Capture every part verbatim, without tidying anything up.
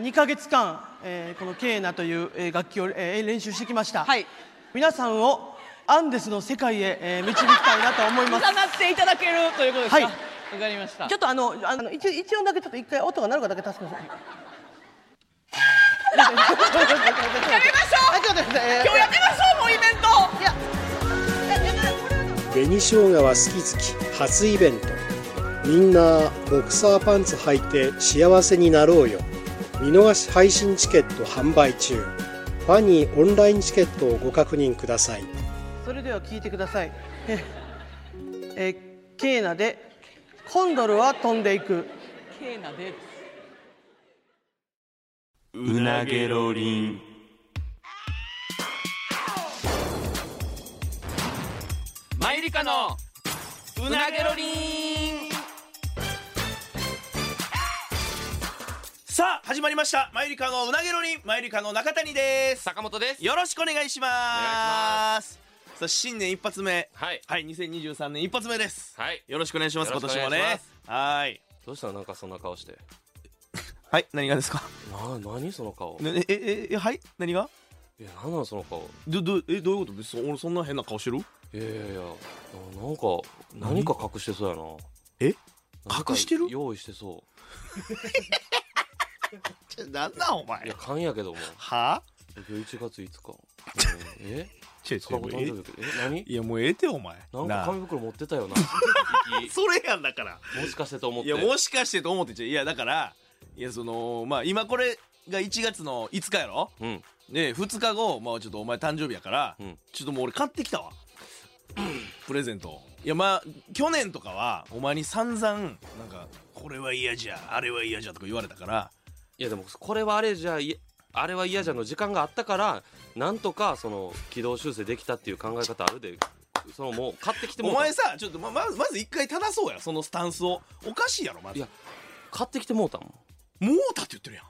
にかげつかん、えー、このケーナという、えー、楽器を、えー、練習してきました、 はい、 皆さんをアンデスの世界へ、えー、導きたいなと思います。 占っていただけるということですか。 はい、 わかりました。 ちょっとあのあの 一, 一音だけちょっと一回音が鳴るかだけ助けます。 やめましょう。今日やってましょう、もうイベント。いや、 紅生姜は好き好き初イベント。みんなボクサーパンツ履いて幸せになろうよ。見逃し配信チケット販売中。ファニーオンラインチケットをご確認ください。 それでは聞いてください。ええケーナでコンドルは飛んでいく。 ケーナでうなげろりん。マユリカのうなげろりん。 さあ始まりましたマユリカのうなげろりん。マユリカの中谷です。 坂本です。 よろしくお願いします。 お願いします。 さあ新年一発目、 はい、 はい、にせんにじゅうさんねん一発目です。 はい、 よろしくお願いします。今年もね。はい。 どうしたの、なんかそんな顔して。 はい、何がですか。 な、何その顔。 ね、えええはい、何が。 いや、なんなのその顔。 どどえどういうことです。俺そんな変な顔してる。 いやいやいや、なんか何か隠してそうやな。 え隠してる。 用意してそう。 なんなんお前。 いや、勘やけども。 は今日いちがついつか。えちょちょえ何。 いやもうええてお前。 なんか紙袋持ってたよな。 それやんだから。 もしかしてと思って。 いやもしかしてと思ってちゃ。いやだからいやそのまあ今これがいちがつのいつかやろ。うん。でふつかご、まあちょっとお前誕生日やから、うん、ちょっともう俺買ってきたわ。プレゼント。いやまあ去年とかはお前に散々なんかこれは嫌じゃあれは嫌じゃとか言われたから。 いやでもこれはあれじゃあれは嫌じゃの時間があったからなんとかその軌道修正できたっていう考え方あるで。そのもう買ってきてもお前さちょっと ま, まずまず一回正そうやそのスタンスを。おかしいやろまず。いや買ってきてもうたもん。 もうたって言ってるやん。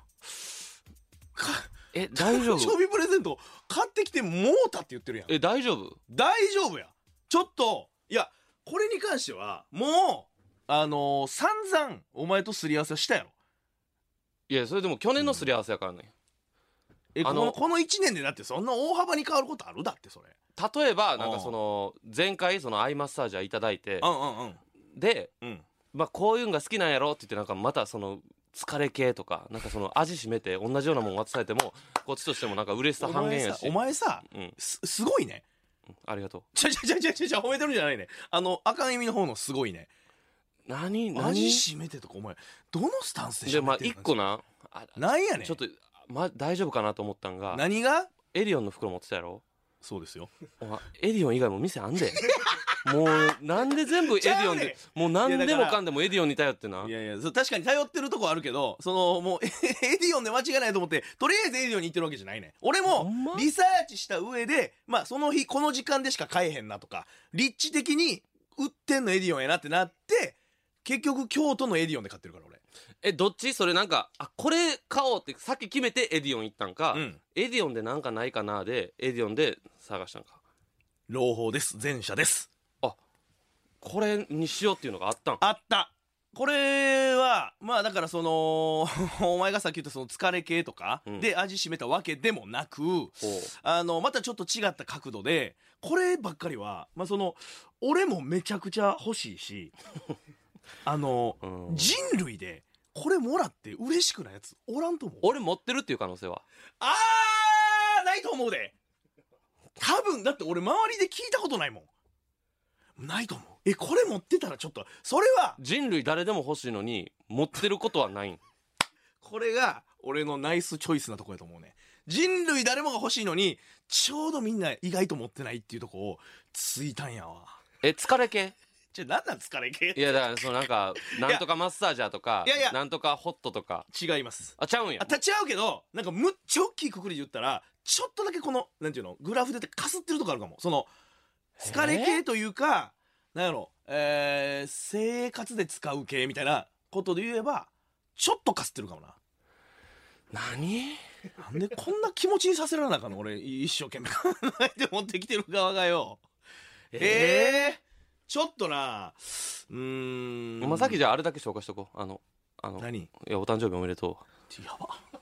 え大丈夫。 誕生日プレゼント買ってきてもうたって言ってるやん。 え大丈夫。 大丈夫や。ちょっといやこれに関してはもうあのー、散々お前とすり合わせしたやろ。 いやそれでも去年のすり合わせやからね、 うん、えあのこのこのいちねんでだってそんな大幅に変わることある。だってそれ例えばなんかその前回そのアイマッサージャーいただいて、 うんうんうん、 で、うん、まあこういうのが好きなんやろって言ってなんかまたその疲れ系とかなんかその味しめて同じようなもん渡されてもこっちとしてもなんか嬉しさ半減やし。 お前さ、お前さ、うん、す, すごいね、 うん、ありがとう。 ちゃちゃちゃちゃちゃちゃ褒めてるんじゃないね。あのあかん意味の方のすごいね。 何何味しめてとかお前どのスタンスでしゃべってるの。 でまあ一個ななんやねん。 ちょっと、ま、大丈夫かなと思ったんが。 何が。 エディオンの袋持ってたやろ。 そうですよ。 お前エディオン以外も店あんで。もうなんで全部エディオンでもう何でもかんでもエディオンに頼ってな。 いやいや確かに頼ってるとこあるけどそのもうエディオンで間違いないと思ってとりあえずエディオンに行ってるわけじゃないね。俺もリサーチした上でまあその日この時間でしか買えへんなとか立地的に売ってんのエディオンやなってなって結局京都のエディオンで買ってるから俺。 えどっちそれなんかあこれ買おうってさっき決めてエディオン行ったんか、うん、エディオンでなんかないかなでエディオンで探したんか。 朗報です。前者です。 あこれにしようっていうのがあったん。 あった。これはまあだからそのお前がさっき言ったその疲れ系とかで味しめたわけでもなく、うん、あのまたちょっと違った角度でこればっかりはまあその俺もめちゃくちゃ欲しいしあの、うん、人類でこれもらって嬉しくないやつおらんと思う。 俺持ってるっていう可能性はあーないと思うで。多分だって俺周りで聞いたことないもん。ないと思う。えこれ持ってたらちょっとそれは人類誰でも欲しいのに持ってることはないん。 これが俺のナイスチョイスなとこやと思うね。人類誰もが欲しいのにちょうどみんな意外と持ってないっていうとこをついたんやわ。 え疲れ系じゃなんなん疲れ系。 いやだからそのなんかなんとかマッサージャーとかいやいやなんとかホットとか違います。 あちゃうんや。 あちゃうけどなんかむっちゃ大きいくくりで言ったらちょっとだけこのなんていうのグラフでかすってるとこあるかも。その疲れ系というかなんやろえー、生活で使う系みたいなことで言えばちょっとかすってるかもな。 何なんでこんな気持ちにさせられなあかんの俺一生懸命考えて持ってきてる側がよ。えー、えーちょっとなうーんまあさっきじゃああれだけ紹介しとこう。あのあの何。 いやお誕生日おめでとう。やば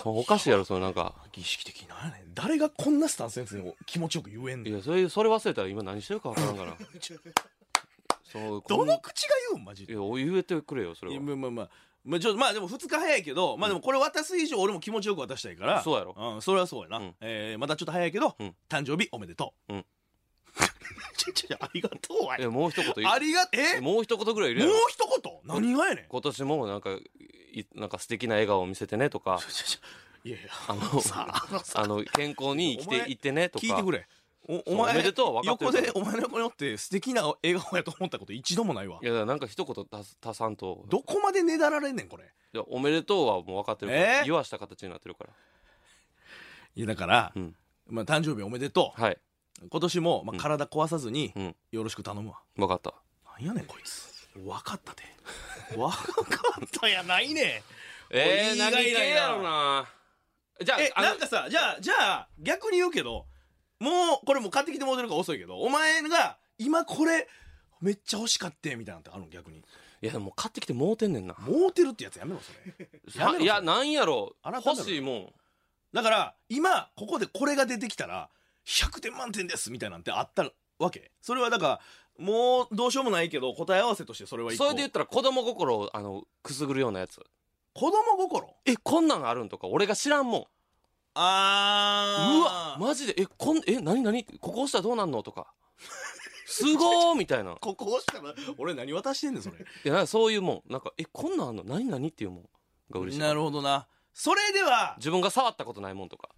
おかしいやろそのなんか儀式的なやねん。誰がこんなスタンスのやつに気持ちよく言えんねん。 いやそれそれ忘れたら今何してるか分からんからそうどの口が言うんマジで。 いや言えてくれよそれいやは。 まあまあまあまあ、ちょまあでもふつか早いけど、まあでもこれ渡す以上俺も気持ちよく渡したいから、 そうやろ、 うん、それはそうやな、 うんえーまだちょっと早いけど、 うん誕生日おめでとう。 うんちょちょちょありがとうわい。 いやもう一言言うありがえもうもう一言ぐらい入れるやろ一言何がやねん。 今年もなんかいなんか素敵な笑顔を見せてねとかちょちょちょいやいやあのさああのさあの健康に生きお前ていってねとか聞いてくれ。おおそう前おめでとうは分かってるから横でお前の横におって素敵な笑顔やと思ったこと一度もないわ。 いやだからなんか一言足す足さんとどこまでねだられんねんこれ。 いやおめでとうはもう分かってるから、 えー言わした形になってるからいやだから、 うんまあ誕生日おめでとう。 はい今年も、まあ、 うん体壊さずに、 うんよろしく頼むわ。 分かったなんやねんこいつ。分かったで。分かったやないねえー、 いいがい何ないな系やろなじゃあえあのなんかさじゃあじゃあ逆に言うけどもうこれもう買ってきてもらってるから遅いけどお前が今これめっちゃ欲しかってみたいなのってあるの逆に。 いやでももう買ってきてもうてんねんなもうてるってやつやめろそれ。やめろいやなんやろ改めろ欲しいもんだから今ここでこれが出てきたらひゃくてん満点ですみたいなんてあったわけ。それはだからもうどうしようもないけど答え合わせとしてそれは一個。 それで言ったら子供心をあのくすぐるようなやつ子供心。 えこんなんあるんとか俺が知らんもんあーうわマジでえこんえ何何ここ押したらどうなんのとかすごーみたいなここ押したら俺何渡してんねんそれ。 いやなんかそういうもんなんかえこんなんあんの何何っていうもんが嬉しいなるほどな。それでは自分が触ったことないもんとか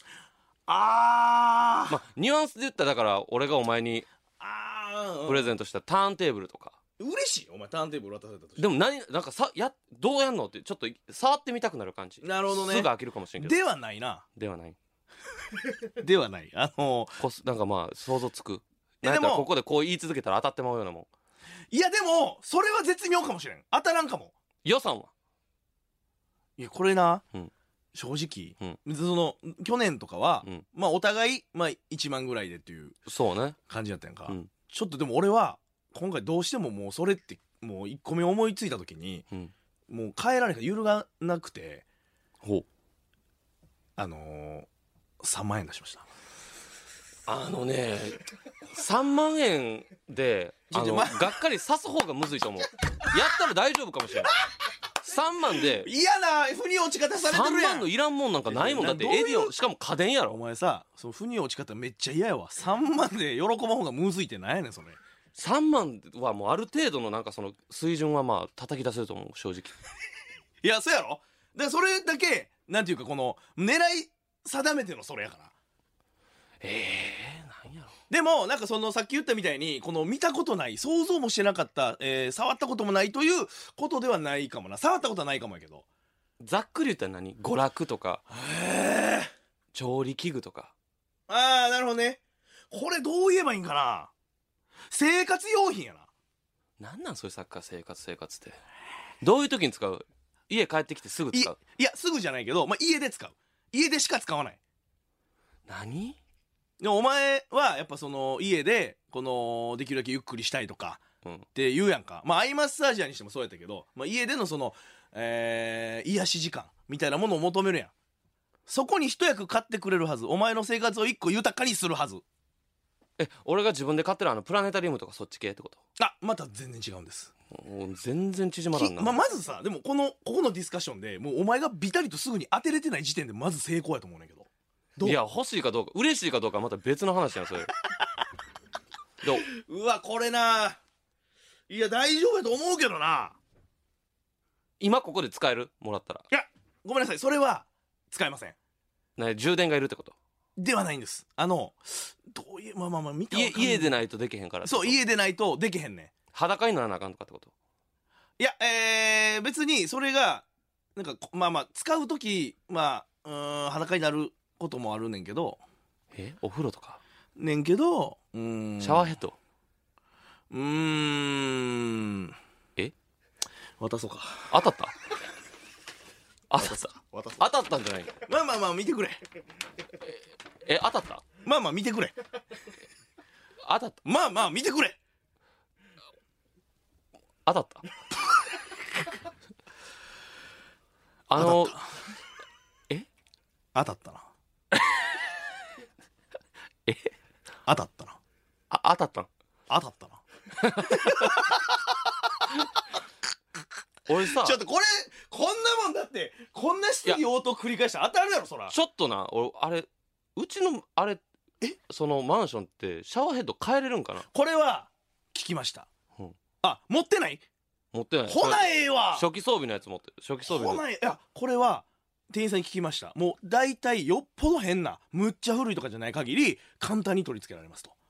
あー、 まあニュアンスで言ったらだから俺がお前にあープレゼントしたターンテーブルとか、 嬉しいお前ターンテーブル渡されたとして。 でも何なんかさやどうやんのってちょっと触ってみたくなる感じ。 なるほどねすぐ飽きるかもしれんけどではないな。 ではないではないあのこすなんかまあ想像つくえなんやったらでもここでこう言い続けたら当たってまうようなもん。 いやでもそれは絶妙かもしれん。当たらんかも。 予算はいやこれな、 うん正直、 うんその去年とかは、 うんまあお互い、まあ、いちまんぐらいでっていうそうね感じだったやんか、 うんちょっとでも俺は今回どうしてももうそれってもういっこめ思いついた時にうんもう変えられない揺るがなくてほうあのー、さんまんえん出しました。 あのねさんまんえんであのちょちょまがっかりさす方がむずいと思うやったら大丈夫かもしれないさんまんで嫌な腑に落ち方されて 3 るやん。 万のいらんもんなんかないもんだっていやどういうエディオンしかも家電やおろ前さその腑に落ち方めっちゃ嫌やわ。さんまんで喜ばん方がむずいってなんやねんそれ。 さんまんはもうある程度のなんかその水準はまあ叩き出せると思う正直いやそうやろ。だからそれだけなんていうかこの狙い定めてのそれやから。 ええー、なんやろでもなんかそのさっき言ったみたいにこの見たことない想像もしてなかった、えー触ったこともないということではないかもな。触ったことはないかもやけど。 ざっくり言ったら何娯楽とかへえ。 調理器具とかああなるほどね。これどう言えばいいんかな。生活用品やな。 なんなんそれサッカー生活生活ってどういう時に使う家帰ってきてすぐい使ういやすぐじゃないけど、まあ、家で使う。家でしか使わない。 何でもお前はやっぱその家でこのできるだけゆっくりしたいとかうんって言うやんか。まあアイマッサージャーにしてもそうやったけど、まあ、家でのその、えー癒し時間みたいなものを求めるやん。そこに一役買ってくれるはず。お前の生活を一個豊かにするはず。 え俺が自分で買ってるあのプラネタリウムとかそっち系ってことあまた全然違うんです。 もう全然縮まらんな、 きままずさでもこのここのディスカッションでもうお前がビタリとすぐに当てれてない時点でまず成功やと思うねんけど。どういや欲しいかどうか嬉しいかどうかはまた別の話やんそれどううわこれないや大丈夫やと思うけどな。 今ここで使えるもらったらいやごめんなさいそれは使えません。 ね充電がいるってことではないんです。あのどういうまあまあまあ見たら家わかんない家でないとできへんからってことそう家でないとできへんねん。 裸にならなあかんとかってこといやえー、別にそれがなんかこまあまあ使う時まあうーん裸になることもあるねんけどえお風呂とかねんけどうーんシャワーヘッドうーんえ渡そうか。 当たった当たった渡そう当たったんじゃないのまあまあまあ見てくれ。 え当たったまあまあ見てくれ。 当たったまあまあ見てくれ。 当たったあのえ当たったな。 え当たったな。 あ当たったん当たったな。 俺さちょっとこれこんなもんだってこんな質疑応答繰り返したら当たるやろそら。 ちょっとな俺あれうちのあれえそのマンションってシャワーヘッド変えれるんかな。 これは聞きました、 うん、 あ持ってない。 持ってない。 ほなええわ。 初期装備のやつ持ってる。初期装備のほなええ。いやこれは店員さんに聞きました。もう大体よっぽど変なむっちゃ古いとかじゃない限り簡単に取り付けられますと。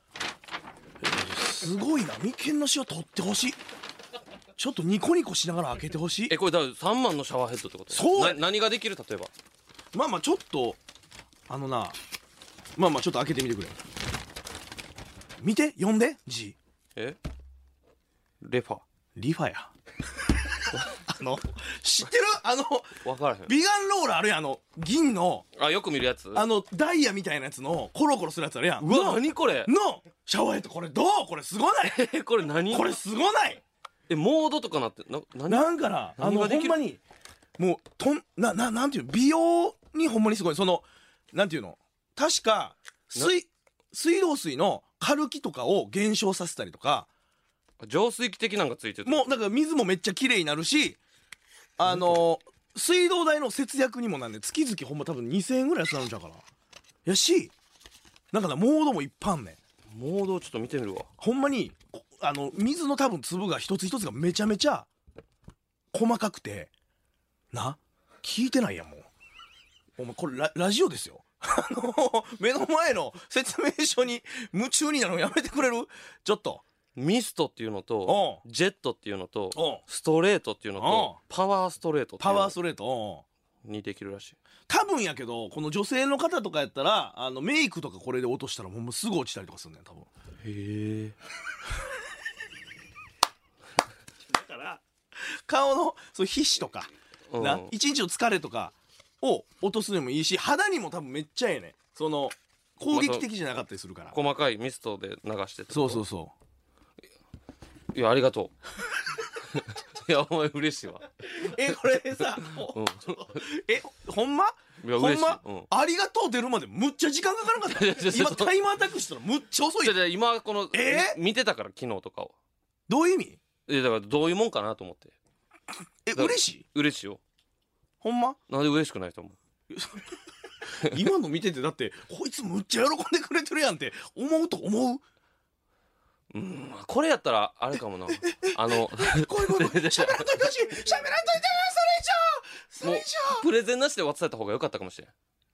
すごいな。眉間のシワ取ってほしい。ちょっとニコニコしながら開けてほしい。 えこれだからさんまんのシャワーヘッドってことそうやな何ができる。例えばまあまあちょっとあのなまあまあちょっと開けてみてくれ。見て読んで字。 えレファリファやあの知ってるあの分からへん。 美顔ローラーあるやん。あの銀のあよく見るやつ。 あのダイヤみたいなやつのコロコロするやつあるやん。 うわの何これのシャワーヘッド。これどうこれすごないえこれ何これすごない。 えモードとかなってな何なんかなあの何ができるほんまにもうとんなななんていうの美容にほんまにすごい。そのなんていうの確か水水道水のカルキとかを減少させたりとか。 浄水器的なんがついてる。 もうだから水もめっちゃ綺麗になるしあの水道代の節約にもなんで月々ほんま多分にせんえんぐらいやつなるんちゃうかな。やしなんかなモードもいっぱいあんねん。 モードをちょっと見てみるわ。 ほんまにあの水の多分粒が一つ一つがめちゃめちゃ細かくてな聞いてないやんもう。お前これ ラ, ラジオですよあの目の前の説明書に夢中になるのやめてくれるちょっと。 ミストっていうのとジェットっていうのとストレートっていうのとパワーストレートっていうパワーストレートにできるらしい。 多分やけどこの女性の方とかやったらあのメイクとかこれで落としたらもうすぐ落ちたりとかするねん多分。 へえだから顔のそう皮脂とか、うん、な一日の疲れとかを落とすのもいいし肌にも多分めっちゃええねん。その攻撃的じゃなかったりするから、 細かいミストで流してて。 そうそうそう。 いやありがとういやお前嬉しいわ。 えこれさ、うん、えほんまいや嬉しい、 ほんま、 うん、 ありがとう出るまでむっちゃ時間かからんかった今タイムアタックしたらむっちゃ遅い。 じゃ今この、 え見てたから昨日とかを。 どういう意味。 えだからどういうもんかなと思って。 え嬉しい嬉しいよ。 ほんまなんで嬉しくないと思う今の見ててだってこいつむっちゃ喜んでくれてるやんって思うと思う。 うん、これやったらあれかもな。あのこれこれこれ喋らんといてしゃべらんといてそれ以上それ以上プレゼンなしで渡された方が良かったかもしれん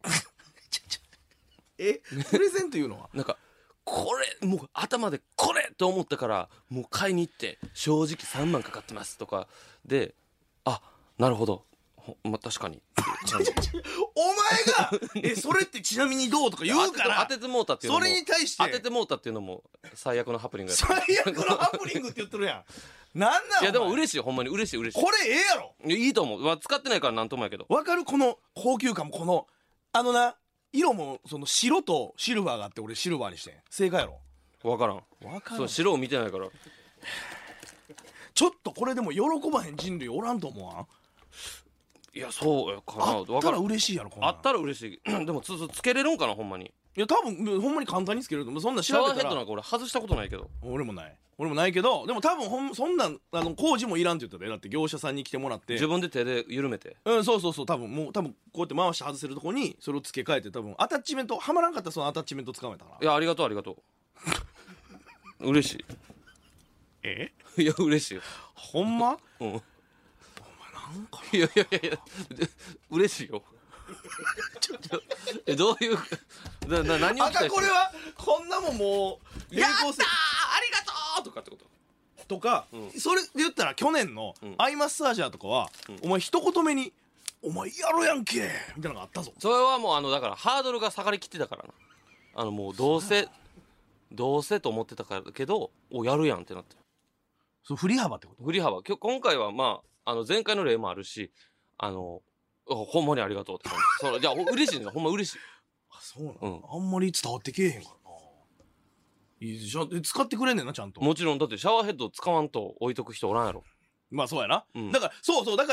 えプレゼンというのはなんかこれもう頭でこれと思ったからもう買いに行って正直さんまんかかってますとかで、あなるほどまあ確かにお前がえそれってちなみにどうとか言うから当ててもうたっていうのもそれに対して当ててもうたっていうのも最悪のハプニングやった。 最悪のハプニングって言ってるやんなんなんいやでも嬉しいほんまに嬉しい嬉しい。 これええやろ。 いやいいと思う、まあ、使ってないからなんともやけどわかる。この高級感もこのあのな色もその白とシルバーがあって俺シルバーにしてん正解やろ。 分からん分からんそう白を見てないからちょっとこれでも喜ばへん人類おらんと思わん。 いやそうやかな。 あったら嬉しいやろこんなん。 あったら嬉しいでもつつけれるんかなほんまに。 いや多分ほんまに簡単につけれると思う。そんなシャワー調べたらヘッドなんか俺外したことないけど。 俺もない俺もないけどでも多分ほんそんなんあの工事もいらんって言ったで。だって業者さんに来てもらって自分で手で緩めてうんそうそうそう多分もう多分こうやって回して外せるとこにそれを付け替えて多分アタッチメントはまらんかったらそのアタッチメント使われたから。 いやありがとうありがとう嬉しい。 えいや嬉しいよほんまうんなんかいやいやいやいや嬉しいよえどういうなな何をあかんこれはこんなもんもうやったーありがとうとかってこととか、うん、それで言ったら去年のアイマッサージャーとかは、うん、お前一言目に「お前やろやんけ」みたいなのがあったぞ。 それはもうあのだからハードルが下がりきってたからな。あのもうどうせどうせと思ってたからけどおやるやんってなって。 そう振り幅ってこと。 振り幅今日今回はまああの前回の例もあるしあのほんまにありがとうって感じ。それじゃあ嬉しいねほんま嬉しい。 あそうなの、うん、あんまり伝わってけえへんからないいじゃ使ってくれんねんなちゃんと。 もちろんだってシャワーヘッド使わんと置いとく人おらんやろ。 まあそうやな、 うん、 だからそうそうだから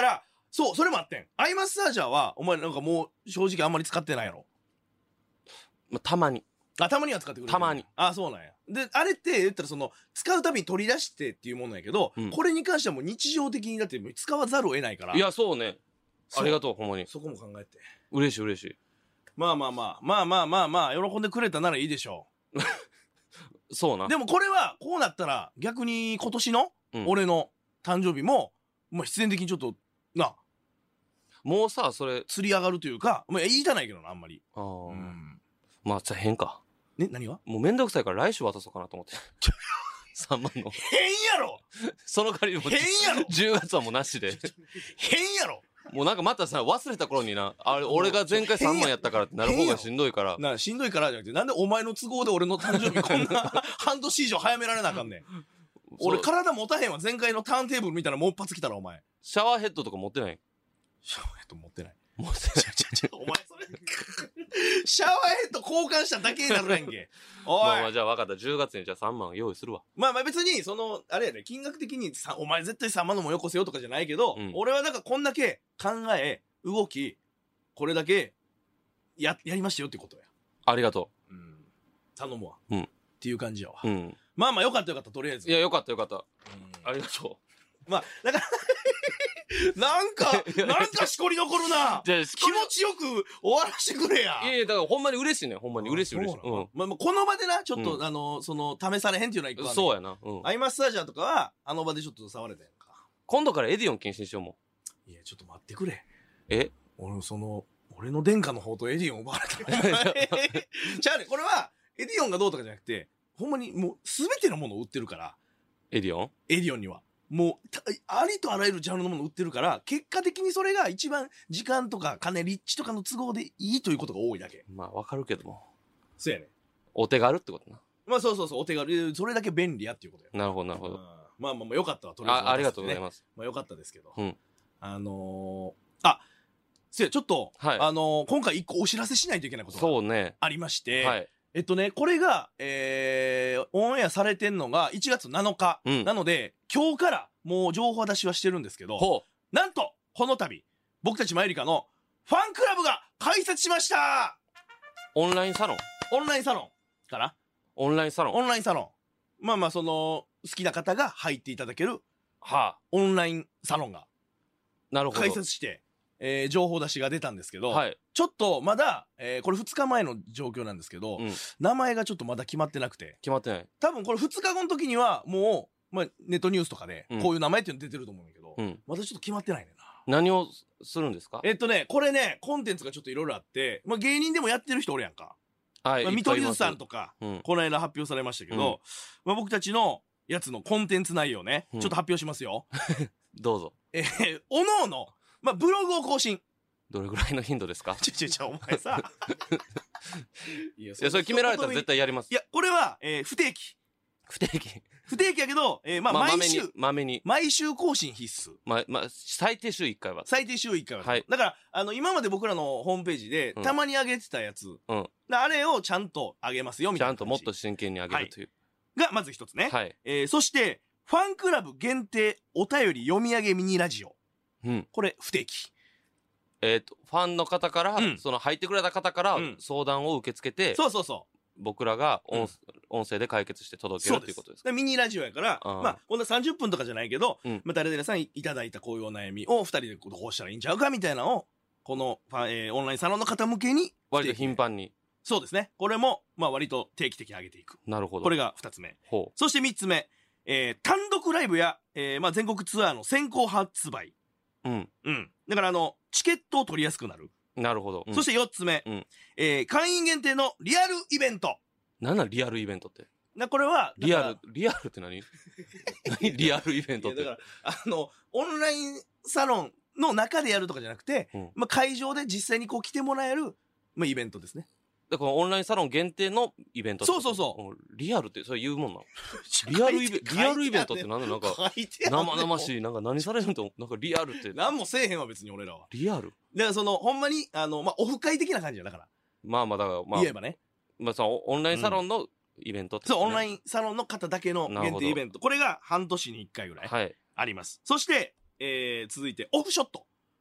そうそれもあってん。アイマッサージャーはお前なんかもう正直あんまり使ってないやろ。 まあ、たまにあ、たまには使ってくれる。 たまに。 あ、そうなんや。で、あれって言ったらその、使うたびに取り出してっていうものやけど、 うんこれに関してはもう日常的にだって使わざるを得ないから。 いやそうねそうありがとうほんまにそこも考えて。 嬉しい嬉しいまあまあまあ、まあまあまあまあ、喜んでくれたならいいでしょそうなう。でもこれは、こうなったら、逆に今年のうん俺の誕生日も、まあ必然的にちょっと、な、 もうさそれ釣り上がるというか、まあ言いたないけどな、あんまり。 あー、 うん。 まあじゃあ変かね、何がもうめんどくさいから来週渡そうかなと思ってさんまんの変やろその代わりもう変やろじゅうがつはもうなしで変やろもうなんかまたさ忘れた頃になあれ俺が前回さんまんやったからってなる方がしんどいからな、しんどいからじゃなくて、なんでお前の都合で俺の誕生日こんな半年以上早められなあかんねん。俺そう体持たへんわ。前回のターンテーブル見たらもう一発来たらお前。 シャワーヘッドとか持ってないシャワーヘッド持ってない。 持ってないお前それ、シャワーヘッド交換しただけになるやんけ。おい。 まあまあじゃあ分かったじゅうがつにじゃあさんまん用意するわまあまあ別に、その、あれやで、金額的にさ、お前絶対さんまんのもよこせよとかじゃないけど、 うん俺はなんかこんだけ考え、動き、これだけ、や、やりましたよってことや。 ありがとうん。頼むわ。 うんっていう感じやわ。 ううんまあまあよかったよかった、とりあえず。 いやよかったよかったうんありがとまあ、だから、なんか、なんかしこり残るな。 うじゃあ気持ちよく終わらしてくれや。 いやいやだからほんまに嬉しいねほんまに嬉しい嬉しいそうなのまあまあこの場でな、ちょっと、 うんあの、その、試されへんっていうのは一個ある。 うんそうやなうんアイマッサージャーとかは、あの場でちょっと触れたやんか。 今度からエディオン禁止にしようもいや、ちょっと待ってくれ。 うえ俺、その、俺の殿下の方とエディオン奪われてる。お前じゃあね、これは、エディオンがどうとかじゃなくて、ほんまにもう、すべてのものを売ってるから、 エディオンエディオンには。もう、たありとあらゆるジャンルのものを売ってるから、結果的にそれが一番時間とか金、立地とかの都合でいいということが多いだけ。 まあわかるけどもそうやね。 お手軽ってことなまあそうそうそう、お手軽、それだけ便利やっていうことや。 なるほどなるほどうんまあまあまあ、よかったわ、とりあえず、 あありがとうございす。 ますまあよかったですけど。 うんあのー、あ、せや、ちょっと、 はいあのー、今回一個お知らせしないといけないことがそうねありまして、 はいえっとね、これが、えー、オンエアされてんのがいちがつなのか。 うんなので、今日からもう情報出しはしてるんですけど、 ほなんと、この度、僕たちマユリカのファンクラブが開設しましたうオンラインサロンオンラインサロンかなオンラインサロンオンラインサロン。まあまあ、その、好きな方が入っていただけるはあオンラインサロンがなるほど開設して、えー情報出しが出たんですけど、 はいちょっとまだ、えーこれふつかまえの状況なんですけど、 うん名前がちょっとまだ決まってなくて、 決まってない多分これふつかごの時にはもう、まあ、ネットニュースとかでうんこういう名前っていうの出てると思うんだけど、 うんまだちょっと決まってないねんな。 何をするんですかえっとね、これね、コンテンツがちょっといろいろあって、まあ、芸人でもやってる人おるやんか。まあ、 はいいっ見取り図ぱいいますさんとか、 うんこの間発表されましたけど、まあ、僕たちのやつのコンテンツ内容ね、 うんちょっと発表しますよ。 どうぞえー、おのおの、まあ、ブログを更新。 どれぐらいの頻度ですかちょちょちょ、お前さ。いやいやそれ決められたら絶対やりますいや、これは、えー不定期。 不定期不定期やけど、えーまあ、 まあま毎週めに、まめに毎週更新必須。 まま最低週いっかいは最低週いっかいは。 はいだから、あの、今まで僕らのホームページで、 うんたまに上げてたやつ、 うんであれをちゃんと上げますよ、みたいな感じ。 ちゃんともっと真剣にあげるというが、まず一つね。 はいえーそして、ファンクラブ限定お便り読み上げミニラジオ。 うんこれ、不定期。 えっとファンの方からうんその入ってくれた方からうん相談を受け付けてそうそうそ僕らが音うん音声で解決してう。 届けるそうです。 ということですかでミニラジオやから、 あーまあ、こんなさんじゅっぷんとかじゃないけど、 うんまあ、誰々さんいただいたこういうお悩みをふたりでこうしたらいいんちゃうかみたいなのを、このファン、えーオンラインサロンの方向けに、 割と頻繁にそうですね。これも、まあ、割と定期的に上げていく。 なるほどこれがふたつめ。 ほそしてみっつめ、えー単独ライブや、えーまあ、全国ツアーの先行発売。 ううんうん。だから、あの、チケットを取りやすくなる。 なるほど、うんそしてよっつめ、 うんえー会員限定のリアルイベント。 なんなんリアルイベントってなこれは、だからリアルリアルって何何リアルイベントっていやだから、あの、オンラインサロンの中でやるとかじゃなくて、 うんまあ、会場で実際にこう来てもらえる、まあ、イベントですね。 だからオンラインサロン限定のイベントってことそうそうそううんリアルってそれ言うもんなのリアルイベリアルイベントってなんだなんか書いてあんねん生々しいなんか何されるんとなんかリアルって何もせえへんわ別に俺らは。 リアルだからその、ほんまに、あの、まあ、オフ会的な感じやだから。 まあまあだからまあ言えばね。 まあそのオンラインサロンのイベントってそう、オンランインサロンの方だけのなるほど限定イベント。これが半年にいっかいぐらいはいあります。そして、えー、続いて、オフショット。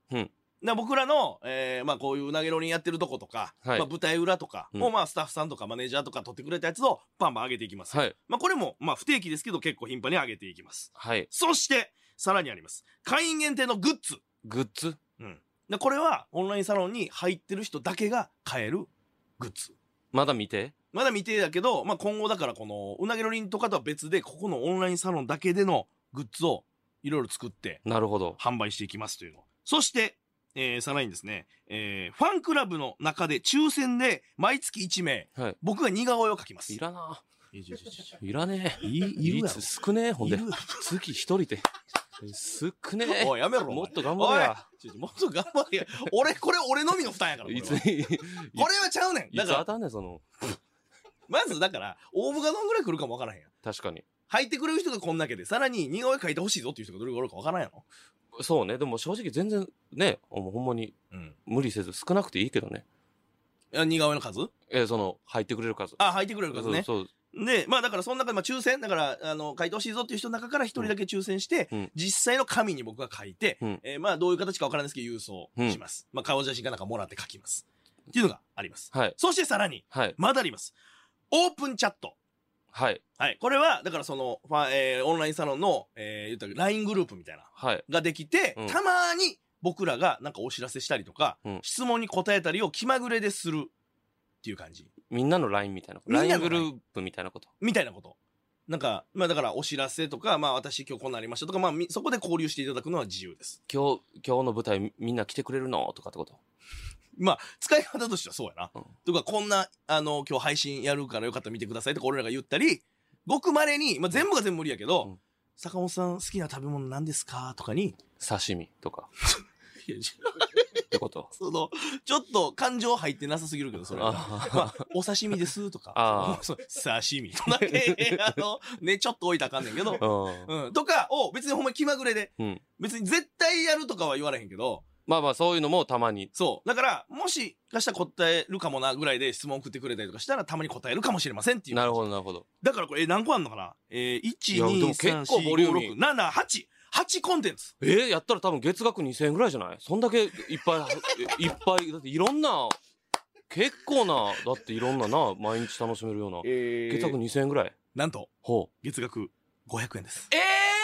うんな僕らの、えーまあ、こういううなげろりんやってるとことか、 はいまあ、舞台裏とかを、 うんまあ、スタッフさんとかマネージャーとか撮ってくれたやつをバンバン上げていきます。 はいまあ、これも、まあ、不定期ですけど結構頻繁に上げていきます。 はいそしてさらにあります。会員限定のグッズ。 グッズうん、でこれはオンラインサロンに入ってる人だけが買えるグッズ。 まだ見てまだ未定だけど、まあ、今後だからこのうなげろりんとかとは別でここのオンラインサロンだけでのグッズをいろいろ作ってなるほど販売していきますというの。そしてえー、さらにですね、えー、ファンクラブの中で抽選で毎月いち名、 はい、 僕が似顔絵を描きます。 いらないいいらねえいいるやろ少ねえほんで月一人で少ねえおいやめろもっと頑張れやちょちょもっと頑張れや俺これ俺のみの負担やからこれいはついこれはちゃうねんいつだから当たんねんそのまずだから応募がどんぐらい来るかもわからへんやん。 確かに入ってくれる人がこんだけでさらに似顔絵描いてほしいぞっていう人がどれぐらいおるかわからんやろ。 そうねでも正直全然ねもうほんまにうん無理せず少なくていいけどねいや似顔絵の数えその入ってくれる数あ入ってくれる数ね。 そうそうでまあだからその中でまあ抽選だからあの書いてほしいぞっていう人の中から一人だけ抽選して、 うん実際の紙に僕が書いて、 うんえーまあどういう形かわからないですけど郵送します、まあ顔写真かなんかもらって書きますっていうのがあります。 はいそしてさらにはいまだあります。オープンチャット。 はいはいこれはだからその、ファえーオンラインサロンの、えー、言ったら ライン グループみたいなはいができて、 うんたまに僕らがなんかお知らせしたりとか、 うん質問に答えたりを気まぐれでするっていう感じみんなの ライン みたいなことみんなラインのグループみたいなことみたいなことなんかまあだからお知らせとかまあ私今日こんなんありましたとかまあみそこで交流していただくのは自由です。 今日今日の舞台みんな来てくれるのとかってことまあ使い方としてはそうやな、 うんとかこんなあの今日配信やるからよかったら見てくださいとか俺らが言ったりごくまれに、まあ、全部が全部無理やけど、 うん坂本さん好きな食べ物何ですかとかに刺身とかいやってことそのちょっと感情入ってなさすぎるけどそれはあまあ、お刺身ですとかあそう刺身とだけあのねちょっと置いたらあかんねんけど、 うんうん、とかを別にほんまに気まぐれでうん別に絶対やるとかは言われへんけどまあまあそういうのもたまにそうだからもしかしたら答えるかもなぐらいで質問送ってくれたりとかしたらたまに答えるかもしれませんっていうなるほどなるほどだからこれえ何個あんのかなえー、いち、 いやでもに、さん、 結構ボリューミーよん、ご、ろく、なな、はち、はちコンテンツえー、やったら多分月額にせんえんぐらいじゃないそんだけいっぱいいっぱいだっていろんな結構なだっていろんなな毎日楽しめるような、 え月額にせんえんぐらいなんとほう月額ごひゃくえんですえ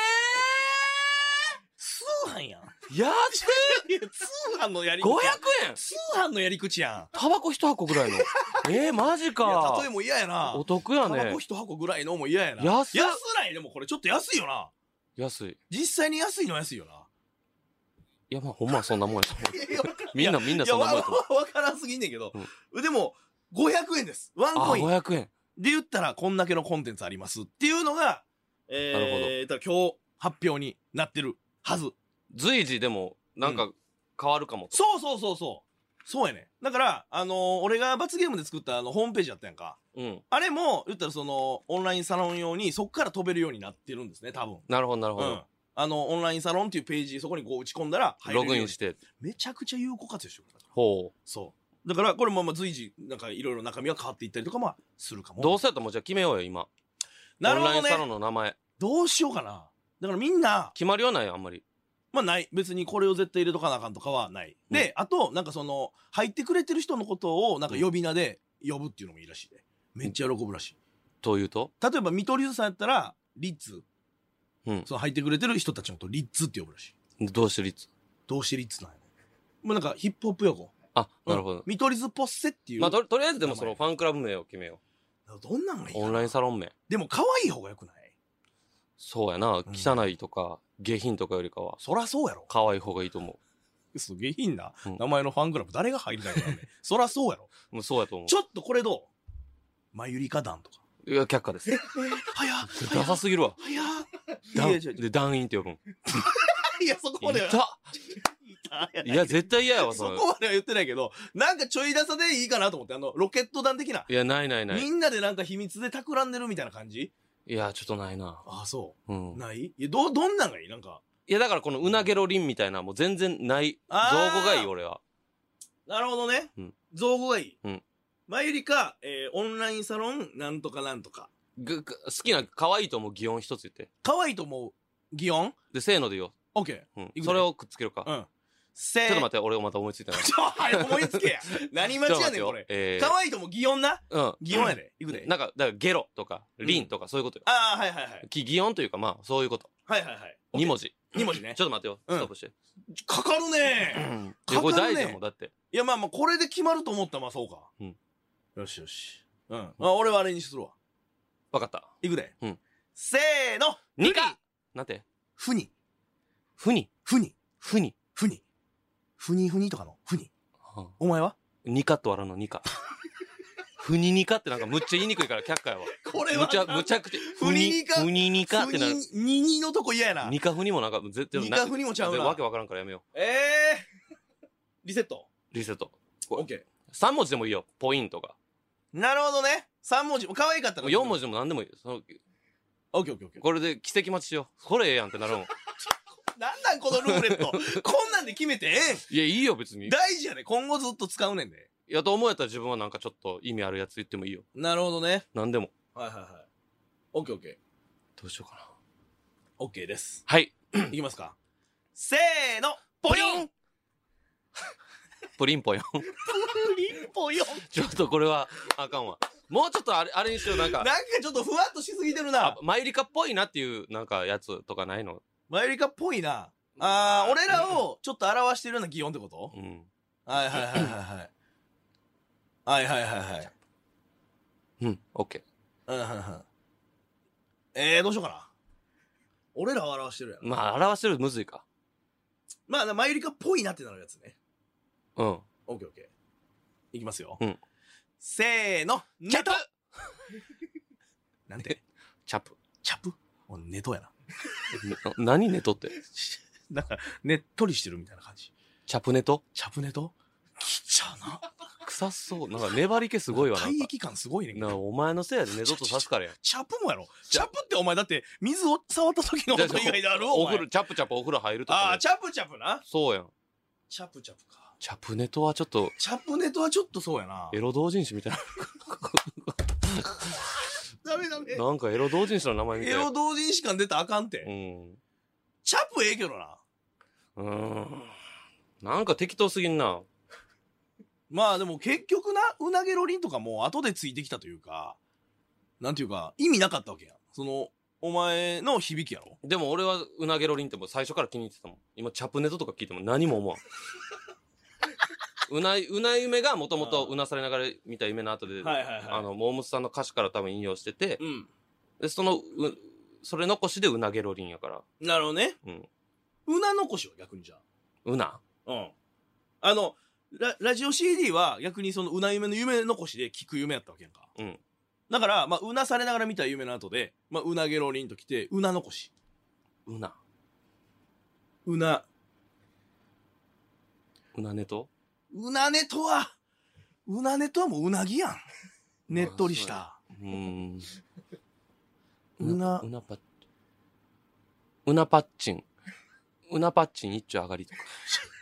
通販やんー、やっいや通販のやり口ごひゃくえん通販のやり口やんタバコ一箱ぐらいのえー、マジいやか例えも嫌やなお得やねタバコ一箱ぐらいのも嫌やな安っ安ないでもこれちょっと安いよな安い実際に安いのは安いよないやまあほんまそんなもんやと思ういやいやみんなみんないやわそんなもんやと思うわからんすぎんねんけど、でもごひゃくえんですワンあコインごひゃくえんで言ったらこんだけのコンテンツありますっていうのがえー、 なるほどだから今日発表になってるはず随時でもなんか変わるかもと、 そうそうそうそうそうやねだからあのー俺が罰ゲームで作ったあのホームページやったやんかうんあれも言ったらそのオンラインサロン用にそっから飛べるようになってるんですね多分なるほどなるほど、 うんあのオンラインサロンっていうページそこにこう打ち込んだら入れるようにログインしてめちゃくちゃ有効活用してくれたほそうだからこれもまあ随時なんかいろいろ中身が変わっていったりとかもするかもうどうせやったらもうじゃあ決めようよ今なるほどオンラインサロンねの名前どうしようかなだからみんな決まりはないあんまりまあない別にこれを絶対入れとかなあかんとかはない、 うんであとなんかその入ってくれてる人のことをなんか呼び名で呼ぶっていうのもいいらしいでめっちゃ喜ぶらしいというと例えば見取り図さんやったらリッツうんその入ってくれてる人たちのことリッツって呼ぶらしいどうして率どうしてリッツなんやねもうなんかヒップホップ用語あなるほど、 うん見取り図ポッセっていう、 まあととりあえずでもそのファンクラブ名を決めよどんなんがいいうかなオンラインサロン名でも可愛い方がよくないそうやな、 ん汚いとか下品とかよりかはそらそうやろ可愛い方がいいと思すげえ品な、 うん名前のファンクラブ誰が入りたいのかねそらそうやろうもうそうやと思ちょっとこれどうマユリカ団とかういや却下ですはやダサすぎるわはや団いやいやいやで団員って呼ぶんいやそこまでは痛っいや絶対嫌やわそれそこまでは言ってないけどなんかちょい出さでいいかなと思ってあのロケット団的ないやないないないみんなでなんか秘密で企んでるみたいな感じいやちょっとないなああそうんうないいやどどんなんがいいなんかいやだからこのうなげろりんみたいなもう全然ない造あー語がいい俺はなるほどね、 うん造語がいい、 うんマユリカ、えーオンラインサロンなんとかなんとかぐぐ好きな可愛いと思う擬音一つ言って可愛いと思う擬音でせーので言おう、 オッケうんいくでそれをくっつけるか、 ーうんせーちょっと待って俺また思いついたなちょはい思いつけや何待ちやねんこれえー可愛いとも擬音なうん擬音やでいくでなんかだからゲロとかリンとかそういうことよ、 ああはいはいはいき擬音というかまあそういうことはいはいはいに文字に文字ねちょっと待ってようんストップして、 かかるうねんかかるねいやこれ大事やもんだっていやまあまあこれで決まると思ったらまあそうかうんよしよしうんあ俺はあれにするわわかったいくでうんせーのニカなんてふにふにふにふにふにふにふにとかのふにはあお前はニカと笑うのニカふにニカってなんかむっちゃ言いにくいから却下やわこれむちゃむちゃくちゃふにニカふにニカってなるふににのとこ嫌やなニカふにもなんか絶対ニカふにもちゃうなわけわからんからやめよええリセットうリセットオッケーさん文字でもいいよポイントがなるほどねさん文字可愛かったらよん文字でも何でもいいそのオッケーオッケーオッケーこれで奇跡待ちしようこれええやんってなるもんなんなんこのルーレットこんなんで決めてええいやいいよ別にん大事やね今後ずっと使うねんでいやと思うやったら自分はなんかちょっと意味あるやつ言ってもいいよなるほどね何でもはいはいはいオッケーオッケーどうしようかなオッケーですはいいきますかせーのポヨンプリンポヨンプリンポヨンちょっとこれはあかんわもうちょっとあれあれにしようなんかなんかちょっとふわっとしすぎてるあなマユリカっぽいなっていうなんかやつとかないのマユリカっぽいなあー俺らをちょっと表してるような擬音ってことうんはいはいはいはいはいはいはいはいはいうんオッケうんうんうんえー、どうしようかな俺らを表してるやーろまあ表してるむずいかまあマユリカっぽいなってなるやつねうんオッケーオッケーいきますようんせーのチャップなんてチャップチャップおネトやなね何ネトってなんかねっとりしてるみたいな感じチャプネトチャプネトきちゃな臭そうなんか粘り気すごいわなんか体液感すごいねんけどなお前のせいやで二度と刺すからやチャプもやろチャプってお前だって水を触った時の音以外であるお前お風呂チャプチャプお風呂入るとか、ね、 ああチャプチャプなそうやんチャプチャプかチャプネトはちょっとチャプネトはちょっとそうやなエロ同人誌みたいダメダメななんかエロ同人誌の名前みたいなエロ同人誌感出たらあかんてうんチャプええけどなうーんなんか適当すぎんなまあでも結局なうなげろりんとかも後でついてきたというかなんていうか意味なかったわけやんそのお前の響きやろでも俺はうなげろりんってもう最初から気に入ってたもん今チャプネトとか聞いても何も思わんうないうな夢がもともとうなされながら見た夢の後で、 はいはいはいあのモームスさんの歌詞から多分引用してて、 うんでそのうそれ残しでうなげろりんやからなるほどねうんうな残しは逆にじゃうなあうんあのララジオ シーディー は逆にそのうな夢の夢残しで聞く夢やったわけやんかうんだからまあうなされながら見た夢の後でまあうなげろりんときてうな残しうなうなうなねとうなねとはうなねとはもううなぎやんねっとりしたうーんうなうなパッうなパッチンうなパッチン一丁上がりとか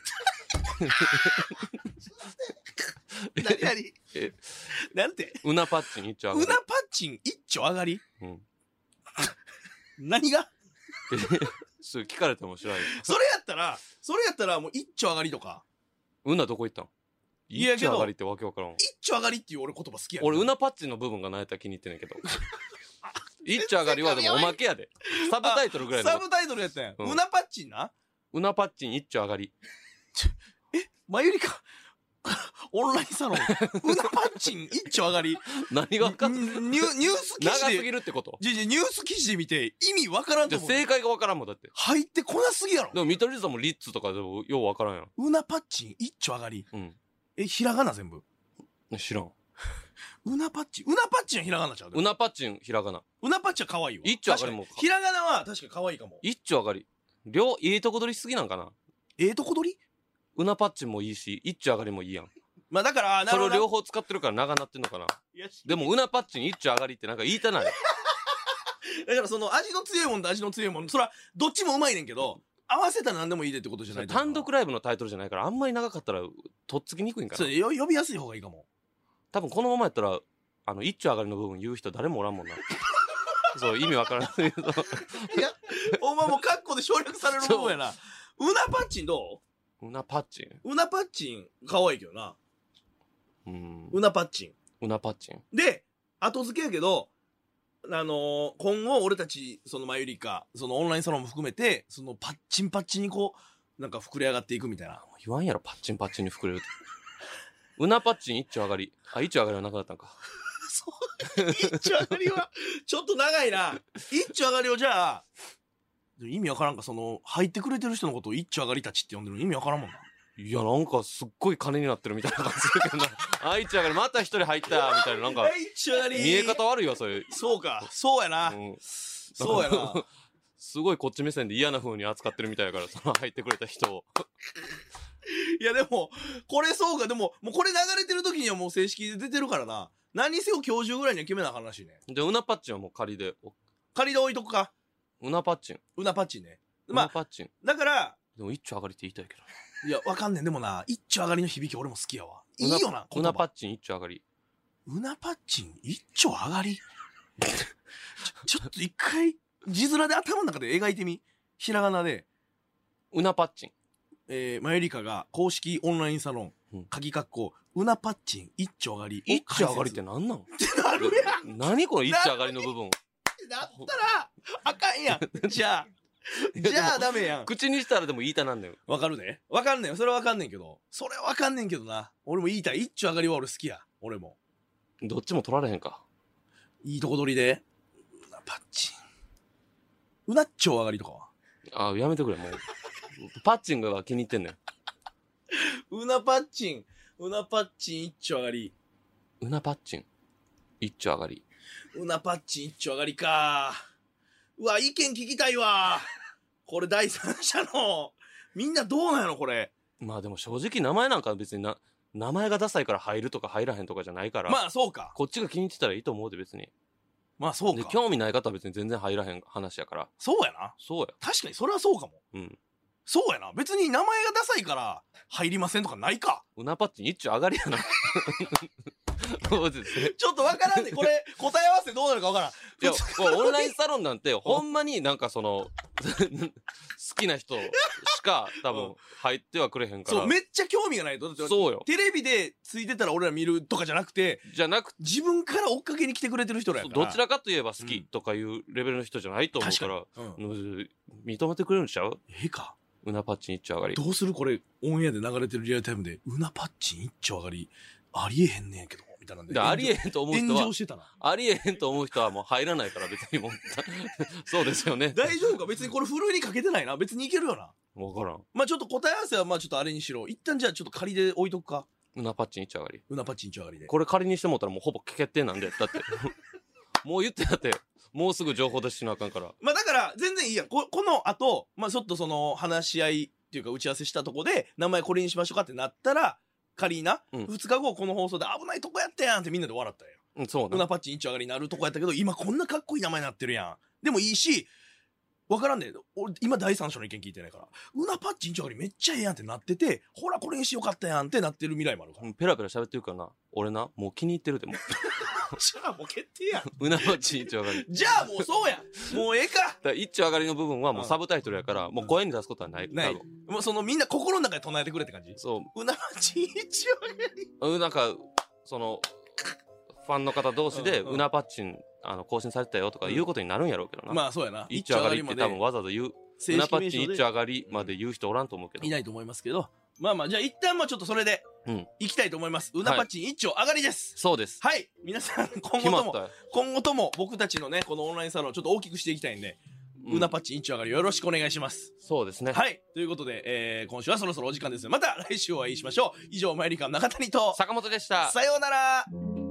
何何えなんてうなパッチン一丁うな上がりパッチン一丁上がりうん何がそれ聞かれても知らんよそれやったらそれやったらもう一丁上がりとかうなどこ行ったんいやけど一丁上がりってわけわからん一丁上がりっていう俺言葉好きやねん俺うなパッチンの部分が何やったら気に入ってんねんけど一丁上がりはでもおまけやでサブタイトルぐらいのサブタイトルやったやん、 うんうなパッチンなうなパッチン一丁上がりマユリカオンラインサロンうなパッチン一丁上がり何がわかんニュニュニュース記長す事でぎるってことじゃじゃニュース記事で見て意味わからんと思うじゃあ正解がわからんもんだって入ってこなすぎやろでも見取り図さんもリッツとかでもようわからんやんうなパッチン一丁上がりうんえひらがな全部知らんうなパッチンうなパッチンはひらがなちゃうでもうなパッチンひらがなうなパッチンは可愛いわ一丁上がりも確かにひらがなは確かに可愛いかも一丁上がり両いいとこ取りしすぎなんかなええとこ取りうなパッチンもいいし一丁上がりもいいやんまあだからなそれをるほど両方使ってるから長なってんのかないやでもうなパッチン一丁上がりってなんか言いたないだからその味の強いもんと味の強いもんそれはどっちもうまいねんけど合わせたら何でもいいでってことじゃないと思う単独ライブのタイトルじゃないからあんまり長かったらとっつきにくいんかなそれよ呼びやすい方がいいかも多分このままやったらあの一丁上がりの部分言う人誰もおらんもんなそう意味わからないけどいやお前もうカッコで省略される部分やなうなパッチンどうなパッチンうなパッチン可愛いけどな。 うんうなパッチン。 うなパッチンで、後付けやけど、あのー、今後俺たち、そのマユリカ、そのオンラインサロンも含めて、そのパッチンパッチンにこう、なんか膨れ上がっていくみたいな。 言わんやろパッチンパッチンに膨れるってうなパッチン一丁上がりあ一丁上がりはなくなったんかそう、一丁上がりは、ちょっと長いな。一丁上がりをじゃあ、意味わからんか、その、入ってくれてる人のことを一丁上がりたちって呼んでるの意味わからんもんな。 いやなんかすっごい金になってるみたいな感じするけどなあ一丁上がりまた一人入ったみたいななんか一丁上がり。 見え方悪いわそれそうか、そうやな。 うん、 そうやな。 すごいこっち目線で嫌な風に扱ってるみたいやからその入ってくれた人をいやでも、これそうか、でも、もうこれ流れてる時にはもう正式で出てるからな。何にせよ今日中ぐらいには決めなあかんらしいね。 でうなパッチンはもう仮で仮で置いとくか。 うなパッチンうなパッチンね。 うまあ、 なパッチンだから、 でも一丁上がりって言いたいけどいや、わかんねん。でもな、一丁上がりの響き俺も好きやわ。いいよな、 うなパッチチン一丁上がりン。うなパッチン一丁上がりちょちょっと一回、字面で頭の中で描いてみ。ひらがなで、 うなパッチンえー、マユリカが公式オンラインサロン、 うん鍵括弧、うなパッチン一丁上がり。 一丁上がりってなんなんってなるやん。 何この一丁上がりの部分だったら、あかんやん。じゃあ、じゃあダメやん。 口にしたらでも言いたなんだよわかるで。わかんねんよ。それはわかんねんけど。それはわかんねんけどな。俺も言いたい。一丁上がりは俺好きや。俺も。 どっちも取られへんかいいとこ取りで。うなパッチン。うなっちょ上がりとかは。 あやめてくれもうパッチングは気に入ってんねんうなパッチン。うなパッチン一丁上がり。 うなパッチン一丁上がりうなパッチン一丁上がりか。うわ、意見聞きたいわ。これ第三者の。みんなどうなんやろ、これ。 まあでも正直名前なんか別にな名前がダサいから入るとか入らへんとかじゃないからまあ、そうか。 こっちが気に入ってたらいいと思うで別にまあ、そうでか。 興味ない方は別に全然入らへん話やからそうやな。 そうや確かに、それはそうかも。 うんそうやな。別に名前がダサいから入りませんとかないか。 うなパッチン一丁上がりやなそうですねちょっとわからんね。これ、答え合わせどうなるかわからん。 いやこうオンラインサロンなんてほんまになんかその好きな人しか多分入ってはくれへんからそう、めっちゃ興味がないと。だってそうよテレビでついてたら俺ら見るとかじゃなくて、 じゃなく自分から追っかけに来てくれてる人らやから。 どちらかといえば好きとかいうレベルの人じゃないと思うから、 確かにうん認めてくれるんちゃうええか。 うなパッチン一丁上がりどうするこれ、オンエアで流れてるリアルタイムで、うなパッチン一丁上がり、ありえへんねんけど、みたいなんで。 でありえへんと思う人は炎上してたな。 ありえへんと思う人はもう入らないから別にもうそうですよね大丈夫か別にこれふるいにかけてないな。別にいけるよな。 分からんまあちょっと答え合わせはまあちょっとあれにしろ。一旦じゃあちょっと仮で置いとくか。 うなパッチン一丁上がりうなパッチン一丁上がりで。 これ仮にしてもうたらもうほぼ決定なんでだってもう言ってだってもうすぐ情報出しなあかんからまあだから全然いいやん。ここの後、まあちょっとその話し合いっていうか打ち合わせしたとこで名前これにしましょうかってなったら、仮にな、 うんふつかごこの放送で危ないとこやったやんってみんなで笑ったよ。 うんそうなうなパッチン一丁上がりになるとこやったけど、今こんなかっこいい名前になってるやん。でもいいし、わからんねん。俺今第三者の意見聞いてないから。うなパッチン一丁上がりめっちゃええやんってなってて、ほらこれにしよかったやんってなってる未来もあるから。 うんペラペラ喋ってるからな俺なもう気に入ってるでもじゃあもう決定やん。 うなパッチン一丁上がりじゃあもうそうやん。もうええか。 だから一丁上がりの部分はもうサブタイトルやから、もう声に出すことはない。 ない多分。 もうそのみんな心の中で唱えてくれって感じ。 そうなパッチン一丁上がり。 う。うんなんか、その、ファンの方同士で、 うんうんうなパッチン、あの、更新されてたよとか言うことになるんやろうけどな。 まあそうやな。 一丁上がりって多分わざわざ言う。うなパッチン一丁上がりまで言う人おらんと思うけどい。ないと思いますけど。まあまあ、じゃあ一旦まあちょっとそれで、 うん行きたいと思います。うなパッチン一丁上がりです。 そうです。 はい。皆さん、今後とも、 決まったよ。 今後とも僕たちのね、このオンラインサロンちょっと大きくしていきたいんで、 うんうなパッチン一丁上がりよろしくお願いします。 そうですね。 はい。ということで、えー、今週はそろそろお時間です。また来週お会いしましょう。以上、マイリカの中谷と、 坂本でした。 さようなら。